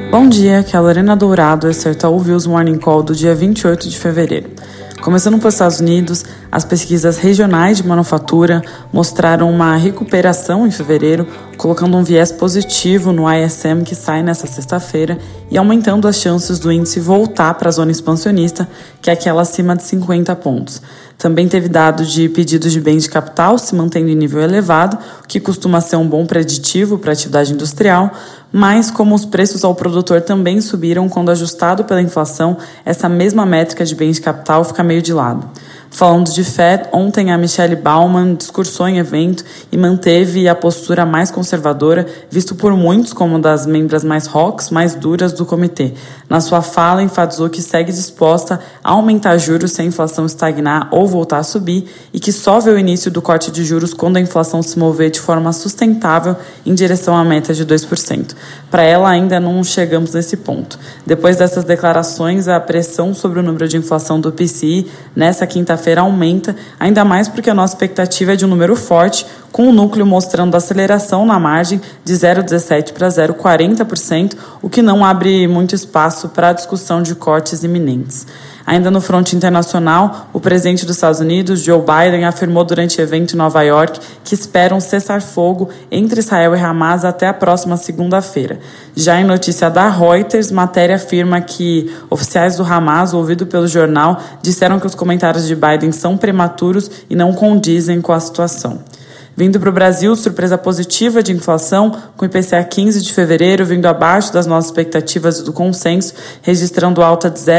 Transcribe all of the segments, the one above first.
Bom dia, aqui é a Lorena Dourado, esse é o Itaú News Morning Call do dia 28 de fevereiro. Começando pelos Estados Unidos, as pesquisas regionais de manufatura mostraram uma recuperação em fevereiro, colocando um viés positivo no ISM que sai nesta sexta-feira e aumentando as chances do índice voltar para a zona expansionista, que é aquela acima de 50 pontos. Também teve dado de pedidos de bens de capital se mantendo em nível elevado, o que costuma ser um bom preditivo para a atividade industrial, mas como os preços ao produtor também subiram quando ajustado pela inflação, essa mesma métrica de bens de capital fica meio de lado. Falando de Fed, ontem a Michelle Baumann discursou em evento e manteve a postura mais conservadora, visto por muitos como uma das membros mais hawks, mais duras do comitê. Na sua fala, enfatizou que segue disposta a aumentar juros se a inflação estagnar ou voltar a subir e que só vê o início do corte de juros quando a inflação se mover de forma sustentável em direção à meta de 2%. Para ela, ainda não chegamos nesse ponto. Depois dessas declarações, a pressão sobre o número de inflação do PCI nessa quinta-feira aumenta, ainda mais porque a nossa expectativa é de um número forte, com o núcleo mostrando aceleração na margem de 0,17% para 0,40%, o que não abre muito espaço para a discussão de cortes iminentes. Ainda no fronte internacional, o presidente dos Estados Unidos, Joe Biden, afirmou durante evento em Nova York que espera um cessar-fogo entre Israel e Hamas até a próxima segunda-feira. Já em notícia da Reuters, matéria afirma que oficiais do Hamas, ouvido pelo jornal, disseram que os comentários de Biden são prematuros e não condizem com a situação. Vindo para o Brasil, surpresa positiva de inflação, com o IPCA 15 de fevereiro vindo abaixo das nossas expectativas e do consenso, registrando alta de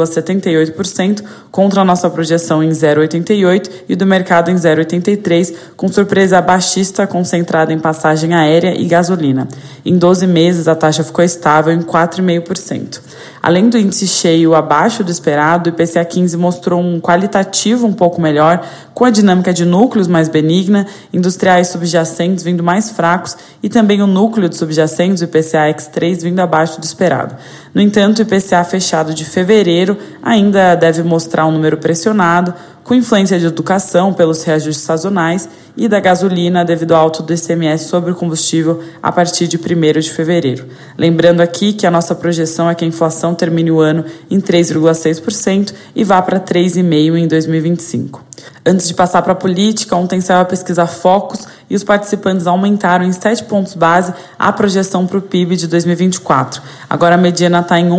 0,78% contra a nossa projeção em 0,88% e do mercado em 0,83%, com surpresa baixista concentrada em passagem aérea e gasolina. Em 12 meses, a taxa ficou estável em 4,5%. Além do índice cheio abaixo do esperado, o IPCA 15 mostrou um qualitativo um pouco melhor, com a dinâmica de núcleos mais benigna, industriais subjacentes vindo mais fracos e também o núcleo de subjacentes, o IPCA X3, vindo abaixo do esperado. No entanto, o IPCA fechado de fevereiro ainda deve mostrar um número pressionado, com influência de educação pelos reajustes sazonais e da gasolina devido ao alto do ICMS sobre o combustível a partir de 1º de fevereiro. Lembrando aqui que a nossa projeção é que a inflação termine o ano em 3,6% e vá para 3,5% em 2025. Antes de passar para a política, ontem saiu a pesquisa Focus e os participantes aumentaram em 7 pontos base a projeção para o PIB de 2024. Agora a mediana está em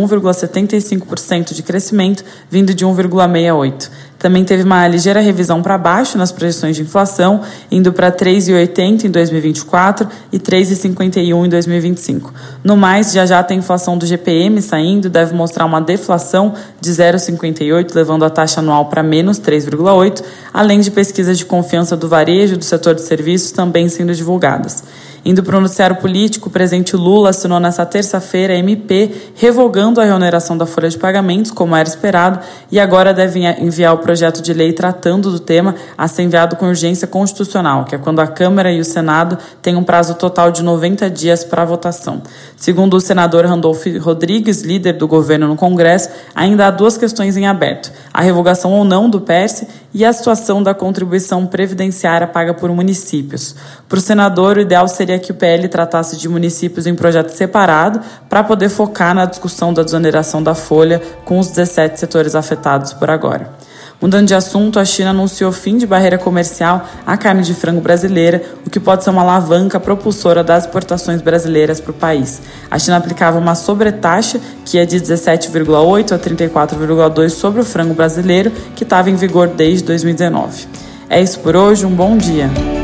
1,75% de crescimento, vindo de 1,68%. Também teve uma ligeira revisão para baixo nas projeções de inflação, indo para 3,80% em 2024 e 3,51% em 2025. No mais, já tem inflação do GPM saindo, deve mostrar uma deflação de 0,58%, levando a taxa anual para menos 3,8%, além de pesquisas de confiança do varejo e do setor de serviços também sendo divulgadas. Indo para o noticiário político, o presidente Lula assinou nesta terça-feira a MP revogando a reoneração da folha de pagamentos, como era esperado, e agora deve enviar o projeto de lei tratando do tema a ser enviado com urgência constitucional, que é quando a Câmara e o Senado têm um prazo total de 90 dias para a votação. Segundo o senador Randolph Rodrigues, líder do governo no Congresso, ainda há 2 questões em aberto: a revogação ou não do PERSE e a situação da contribuição previdenciária paga por municípios. Para o senador, o ideal seria que o PL tratasse de municípios em projeto separado para poder focar na discussão da desoneração da folha com os 17 setores afetados por agora. Mudando de assunto, a China anunciou fim de barreira comercial à carne de frango brasileira, o que pode ser uma alavanca propulsora das exportações brasileiras para o país. A China aplicava uma sobretaxa, que é de 17,8% a 34,2% sobre o frango brasileiro, que estava em vigor desde 2019. É isso por hoje, um bom dia!